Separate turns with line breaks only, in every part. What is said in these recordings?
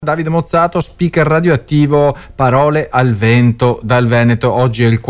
Davide Mozzato, speaker radioattivo, parole al vento dal Veneto. Oggi è il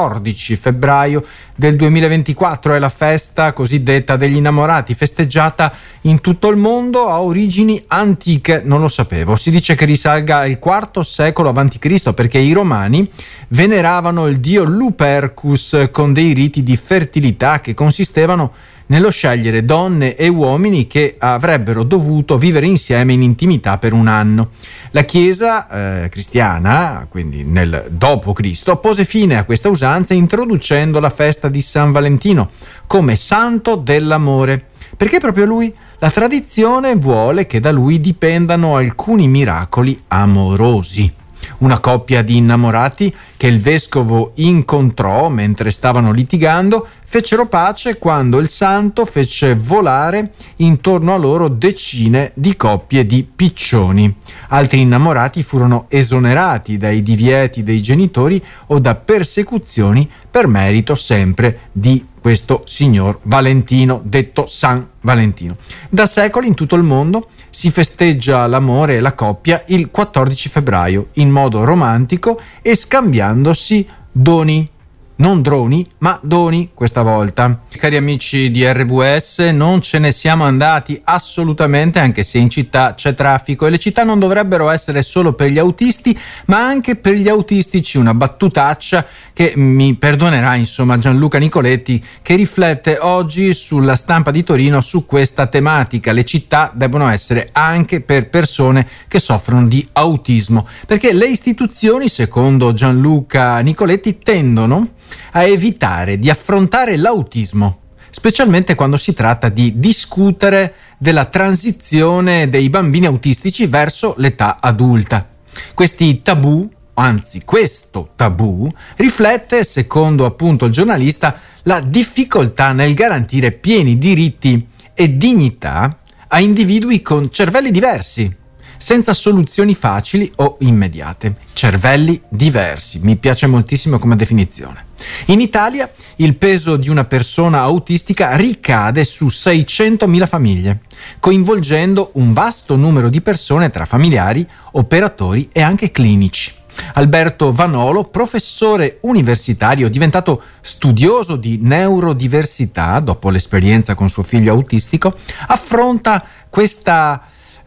14 febbraio del 2024, è la festa cosiddetta degli innamorati, festeggiata in tutto il mondo, ha origini antiche, non lo sapevo. Si dice che risalga al IV secolo a.C. perché i romani veneravano il dio Lupercus con dei riti di fertilità che consistevano nello scegliere donne e uomini che avrebbero dovuto vivere insieme in intimità per un anno. La Chiesa cristiana, quindi nel dopo Cristo, pose fine a questa usanza introducendo la festa di San Valentino come santo dell'amore. Perché proprio lui? La tradizione vuole che da lui dipendano alcuni miracoli amorosi. Una coppia di innamorati che il vescovo incontrò mentre stavano litigando fecero pace quando il santo fece volare intorno a loro decine di coppie di piccioni. Altri innamorati furono esonerati dai divieti dei genitori o da persecuzioni per merito sempre di questo signor Valentino, detto San Valentino. Da secoli in tutto il mondo si festeggia l'amore e la coppia il 14 febbraio in modo romantico e scambiandosi doni. Non droni, ma doni questa volta. Cari amici di RWS, non ce ne siamo andati assolutamente, anche se in città c'è traffico e le città non dovrebbero essere solo per gli autisti, ma anche per gli autistici. Una battutaccia che mi perdonerà, insomma, Gianluca Nicoletti, che riflette oggi sulla Stampa di Torino su questa tematica. Le città debbono essere anche per persone che soffrono di autismo, perché le istituzioni, secondo Gianluca Nicoletti, tendono a evitare di affrontare l'autismo, specialmente quando si tratta di discutere della transizione dei bambini autistici verso l'età adulta. Questi tabù, anzi questo tabù, riflette, secondo appunto il giornalista, la difficoltà nel garantire pieni diritti e dignità a individui con cervelli diversi, senza soluzioni facili o immediate. Cervelli diversi, mi piace moltissimo come definizione. In Italia il peso di una persona autistica ricade su 600.000 famiglie, coinvolgendo un vasto numero di persone tra familiari, operatori e anche clinici. Alberto Vanolo, professore universitario diventato studioso di neurodiversità dopo l'esperienza con suo figlio autistico, affronta questa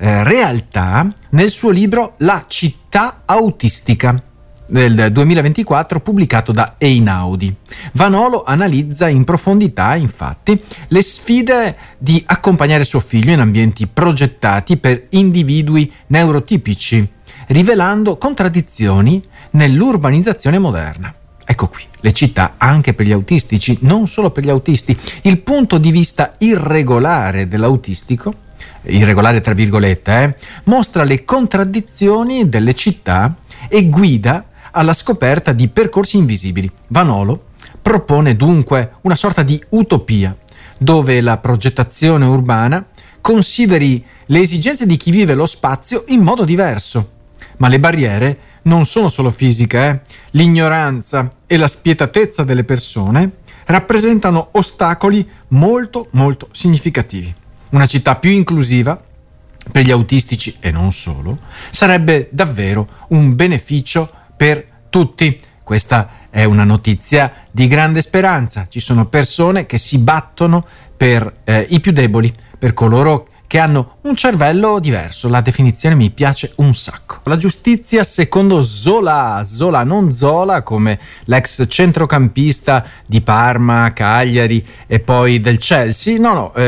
realtà nel suo libro La città autistica del 2024, pubblicato da Einaudi. Vanolo analizza in profondità, infatti, le sfide di accompagnare suo figlio in ambienti progettati per individui neurotipici, rivelando contraddizioni nell'urbanizzazione moderna. Ecco qui, le città anche per gli autistici, non solo per gli autisti. Il punto di vista irregolare dell'autistico, irregolare tra virgolette, mostra le contraddizioni delle città e guida alla scoperta di percorsi invisibili. Vanolo propone dunque una sorta di utopia, dove la progettazione urbana consideri le esigenze di chi vive lo spazio in modo diverso. Ma le barriere non sono solo fisiche, L'ignoranza e la spietatezza delle persone rappresentano ostacoli molto significativi. Una città più inclusiva per gli autistici e non solo sarebbe davvero un beneficio per tutti. Questa è una notizia di grande speranza. Ci sono persone che si battono per i più deboli, per coloro che hanno un cervello diverso. La definizione mi piace un sacco. La giustizia secondo Zola, non Zola come l'ex centrocampista di Parma, Cagliari e poi del Chelsea,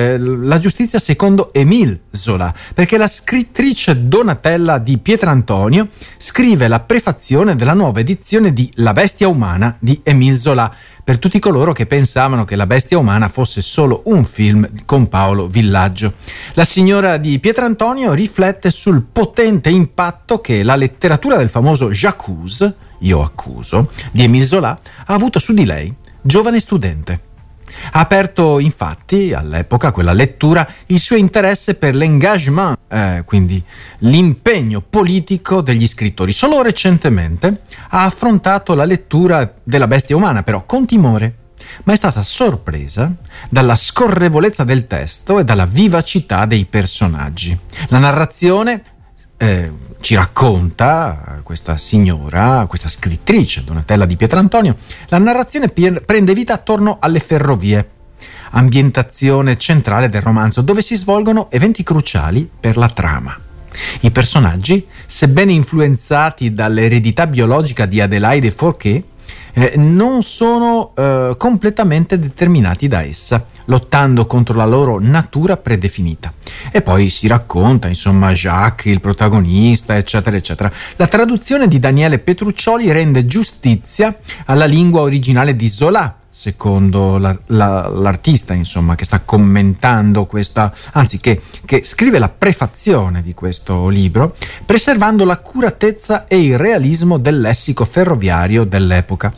la giustizia secondo Émile Zola, perché la scrittrice Donatella Di Pietrantonio scrive la prefazione della nuova edizione di La bestia umana di Émile Zola, per tutti coloro che pensavano che La bestia umana fosse solo un film con Paolo Villaggio. La signora Di Pietrantonio riflette sul potente impatto che la letteratura del famoso J'accuse, io accuso, di Émile Zola ha avuto su di lei, giovane studente. Ha aperto infatti all'epoca quella lettura il suo interesse per l'engagement, quindi l'impegno politico degli scrittori. Solo recentemente ha affrontato la lettura della bestia umana, però con timore, ma è stata sorpresa dalla scorrevolezza del testo e dalla vivacità dei personaggi. La narrazione ci racconta questa signora, questa scrittrice Donatella Di Pietrantonio, la narrazione prende vita attorno alle ferrovie, ambientazione centrale del romanzo, dove si svolgono eventi cruciali per la trama. I personaggi, sebbene influenzati dall'eredità biologica di Adelaide Fouquet, non sono completamente determinati da essa, lottando contro la loro natura predefinita. E poi si racconta, insomma, Jacques, il protagonista, eccetera, eccetera. La traduzione di Daniele Petruccioli rende giustizia alla lingua originale di Zola, secondo l'artista, insomma, che sta commentando questa, anzi che scrive la prefazione di questo libro, preservando l'accuratezza e il realismo del lessico ferroviario dell'epoca.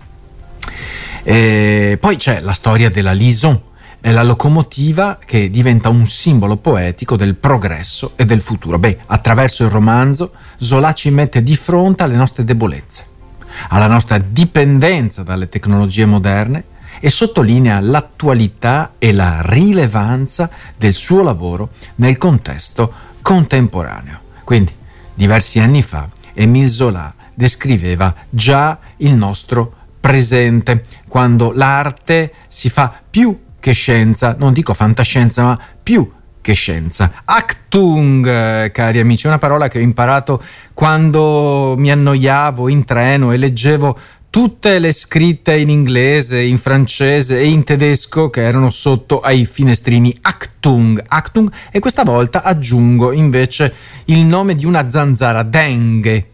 Poi c'è la storia della Liaison, è la locomotiva che diventa un simbolo poetico del progresso e del futuro. Attraverso il romanzo Zola ci mette di fronte alle nostre debolezze, alla nostra dipendenza dalle tecnologie moderne, e sottolinea l'attualità e la rilevanza del suo lavoro nel contesto contemporaneo. Quindi, diversi anni fa, Émile Zola descriveva già il nostro presente, quando l'arte si fa più che scienza, non dico fantascienza, ma più che scienza. Achtung, cari amici, è una parola che ho imparato quando mi annoiavo in treno e leggevo tutte le scritte in inglese, in francese e in tedesco che erano sotto ai finestrini. Achtung, Achtung, e questa volta aggiungo invece il nome di una zanzara, dengue.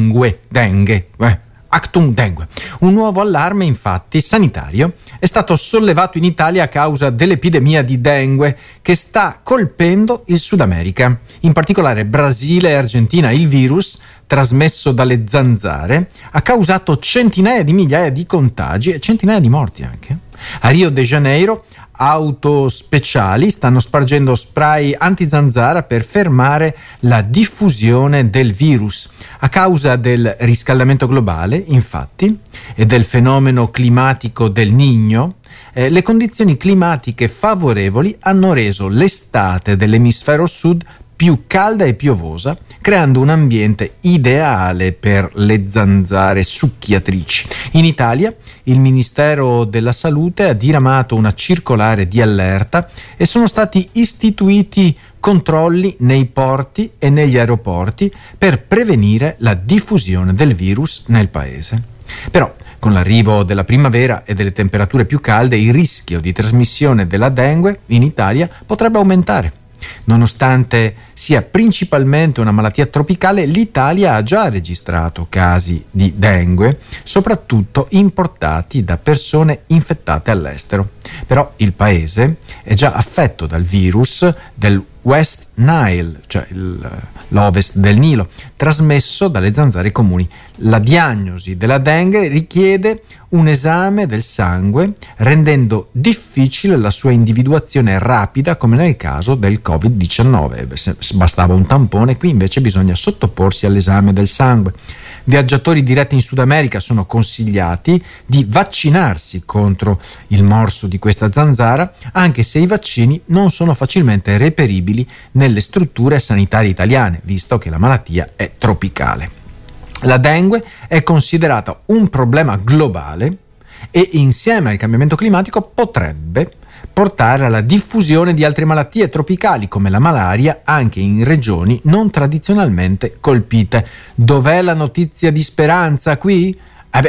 Achtung dengue. Un nuovo allarme, infatti, sanitario è stato sollevato in Italia a causa dell'epidemia di dengue che sta colpendo il Sud America, in particolare Brasile e Argentina. Il virus, trasmesso dalle zanzare, ha causato centinaia di migliaia di contagi e centinaia di morti anche. A Rio de Janeiro auto speciali stanno spargendo spray antizanzara per fermare la diffusione del virus. A causa del riscaldamento globale, infatti, e del fenomeno climatico del Niño, le condizioni climatiche favorevoli hanno reso l'estate dell'emisfero sud più calda e piovosa, creando un ambiente ideale per le zanzare succhiatrici. In Italia, il Ministero della Salute ha diramato una circolare di allerta e sono stati istituiti controlli nei porti e negli aeroporti per prevenire la diffusione del virus nel paese. Però, con l'arrivo della primavera e delle temperature più calde, il rischio di trasmissione della dengue in Italia potrebbe aumentare. Nonostante sia principalmente una malattia tropicale, l'Italia ha già registrato casi di dengue, soprattutto importati da persone infettate all'estero. Però il paese è già affetto dal virus del West Nile, cioè l'ovest del Nilo, trasmesso dalle zanzare comuni. La diagnosi della dengue richiede un esame del sangue, rendendo difficile la sua individuazione rapida, come nel caso del Covid-19. Bastava un tampone, qui invece bisogna sottoporsi all'esame del sangue. Viaggiatori diretti in Sud America sono consigliati di vaccinarsi contro il morso di questa zanzara, anche se i vaccini non sono facilmente reperibili nelle strutture sanitarie italiane, visto che la malattia è tropicale. La dengue è considerata un problema globale e insieme al cambiamento climatico potrebbe portare alla diffusione di altre malattie tropicali come la malaria anche in regioni non tradizionalmente colpite. Dov'è la notizia di speranza qui?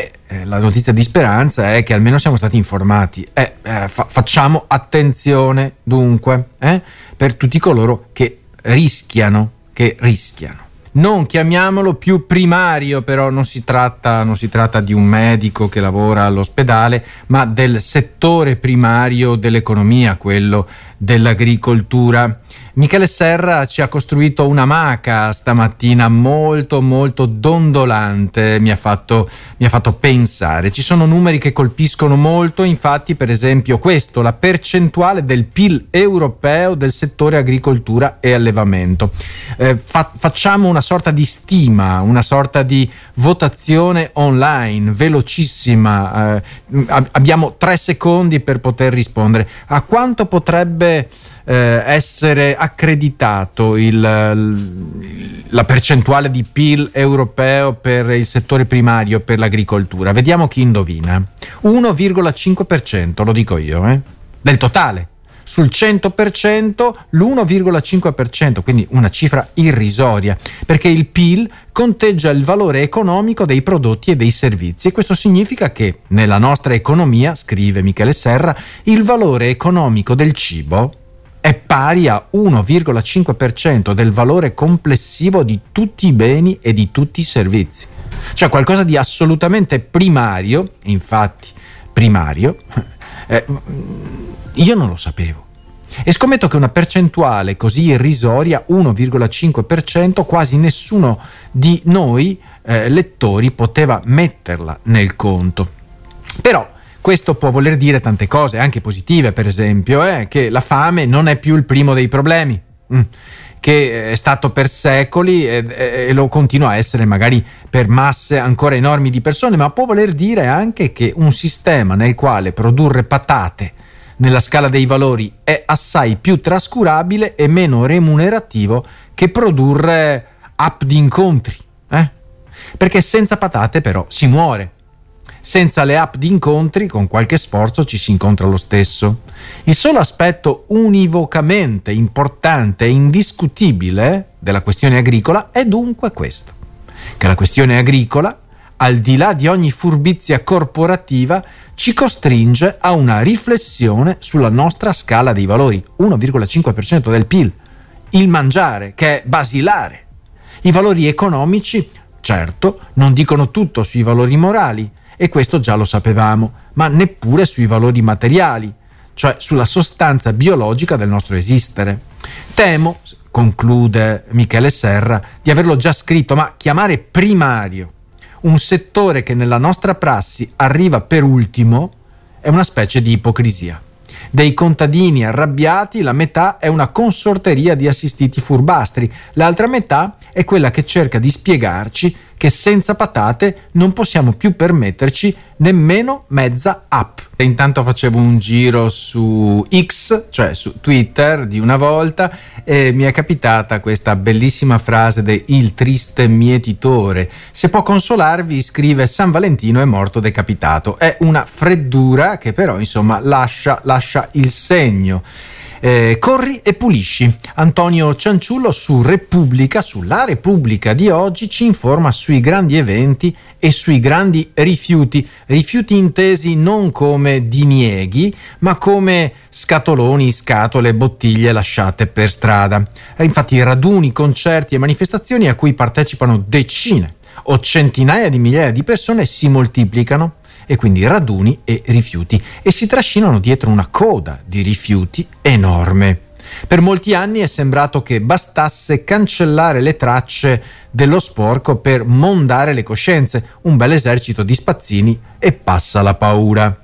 La notizia di speranza è che almeno siamo stati informati. Facciamo attenzione dunque per tutti coloro che rischiano. Non chiamiamolo più primario, però non si tratta di un medico che lavora all'ospedale, ma del settore primario dell'economia, quello dell'agricoltura. Michele Serra ci ha costruito una maca stamattina molto molto dondolante, mi ha fatto pensare. Ci sono numeri che colpiscono molto, infatti, per esempio questo, la percentuale del PIL europeo del settore agricoltura e allevamento. Facciamo una sorta di stima, una sorta di votazione online velocissima. Abbiamo 3 secondi per poter rispondere. A quanto potrebbe essere accreditato la percentuale di PIL europeo per il settore primario, per l'agricoltura. Vediamo chi indovina. 1,5%, lo dico io, del totale. Sul 100% l'1,5%, quindi una cifra irrisoria, perché il PIL conteggia il valore economico dei prodotti e dei servizi, e questo significa che nella nostra economia, scrive Michele Serra, il valore economico del cibo è pari a 1,5% del valore complessivo di tutti i beni e di tutti i servizi. Cioè qualcosa di assolutamente primario, infatti primario, io non lo sapevo. E scommetto che una percentuale così irrisoria, 1,5%, quasi nessuno di noi lettori poteva metterla nel conto. Però questo può voler dire tante cose, anche positive, per esempio, che la fame non è più il primo dei problemi, che è stato per secoli e lo continua a essere magari per masse ancora enormi di persone, ma può voler dire anche che un sistema nel quale produrre patate nella scala dei valori è assai più trascurabile e meno remunerativo che produrre app di incontri, perché senza patate però si muore. Senza le app di incontri, con qualche sforzo ci si incontra lo stesso. Il solo aspetto univocamente importante e indiscutibile della questione agricola è dunque questo: che la questione agricola, al di là di ogni furbizia corporativa, ci costringe a una riflessione sulla nostra scala dei valori, 1,5% del PIL, il mangiare, che è basilare. I valori economici, certo, non dicono tutto sui valori morali, e questo già lo sapevamo, ma neppure sui valori materiali, cioè sulla sostanza biologica del nostro esistere. Temo, conclude Michele Serra, di averlo già scritto, ma chiamare primario un settore che nella nostra prassi arriva per ultimo è una specie di ipocrisia. Dei contadini arrabbiati la metà è una consorteria di assistiti furbastri, l'altra metà è quella che cerca di spiegarci che senza patate non possiamo più permetterci nemmeno mezza app. E intanto facevo un giro su X, cioè su Twitter di una volta, e mi è capitata questa bellissima frase de Il triste mietitore. Se può consolarvi, scrive, San Valentino è morto decapitato. È una freddura che però insomma lascia il segno. Corri e pulisci. Antonio Cianciullo su Repubblica, sulla Repubblica di oggi, ci informa sui grandi eventi e sui grandi rifiuti intesi non come dinieghi, ma come scatoloni, scatole, bottiglie lasciate per strada. Infatti raduni, concerti e manifestazioni a cui partecipano decine o centinaia di migliaia di persone si moltiplicano, e quindi raduni e rifiuti, e si trascinano dietro una coda di rifiuti enorme. Per molti anni è sembrato che bastasse cancellare le tracce dello sporco per mondare le coscienze, un bel esercito di spazzini e passa la paura.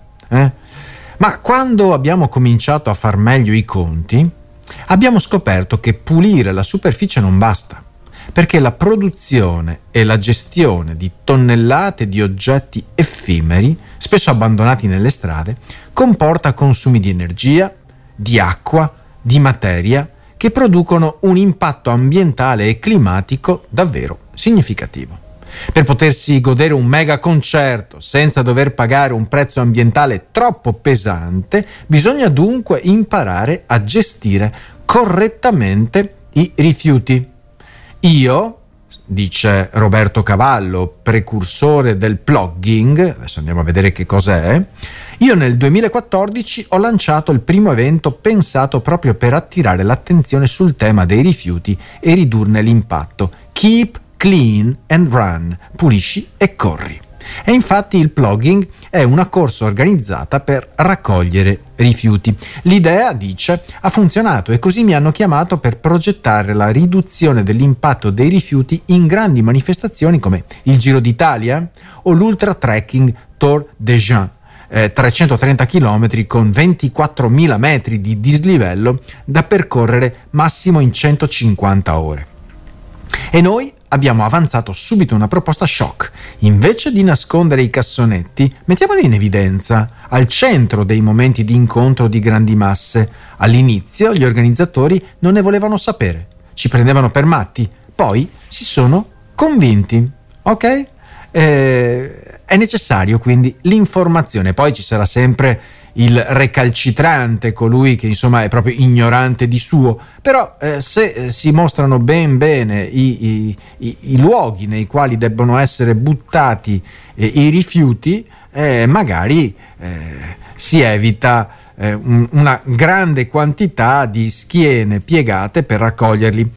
Ma quando abbiamo cominciato a far meglio i conti, abbiamo scoperto che pulire la superficie non basta, perché la produzione e la gestione di tonnellate di oggetti effimeri, spesso abbandonati nelle strade, comporta consumi di energia, di acqua, di materia, che producono un impatto ambientale e climatico davvero significativo. Per potersi godere un mega concerto senza dover pagare un prezzo ambientale troppo pesante, bisogna dunque imparare a gestire correttamente i rifiuti. Io, dice Roberto Cavallo, precursore del plugging, adesso andiamo a vedere che cos'è, io nel 2014 ho lanciato il primo evento pensato proprio per attirare l'attenzione sul tema dei rifiuti e ridurne l'impatto. Keep Clean and Run, pulisci e corri. E infatti il plugging è una corsa organizzata per raccogliere rifiuti. L'idea, dice, ha funzionato e così mi hanno chiamato per progettare la riduzione dell'impatto dei rifiuti in grandi manifestazioni come il Giro d'Italia o l'Ultra Trekking Tour des Jeans, 330 km con 24.000 metri di dislivello da percorrere massimo in 150 ore. E noi abbiamo avanzato subito una proposta shock. Invece di nascondere i cassonetti, mettiamoli in evidenza, al centro dei momenti di incontro di grandi masse. All'inizio gli organizzatori non ne volevano sapere, ci prendevano per matti, poi si sono convinti, ok? È necessario quindi l'informazione, poi ci sarà sempre il recalcitrante, colui che insomma è proprio ignorante di suo, però se si mostrano ben bene i luoghi nei quali debbono essere buttati i rifiuti, magari si evita una grande quantità di schiene piegate per raccoglierli.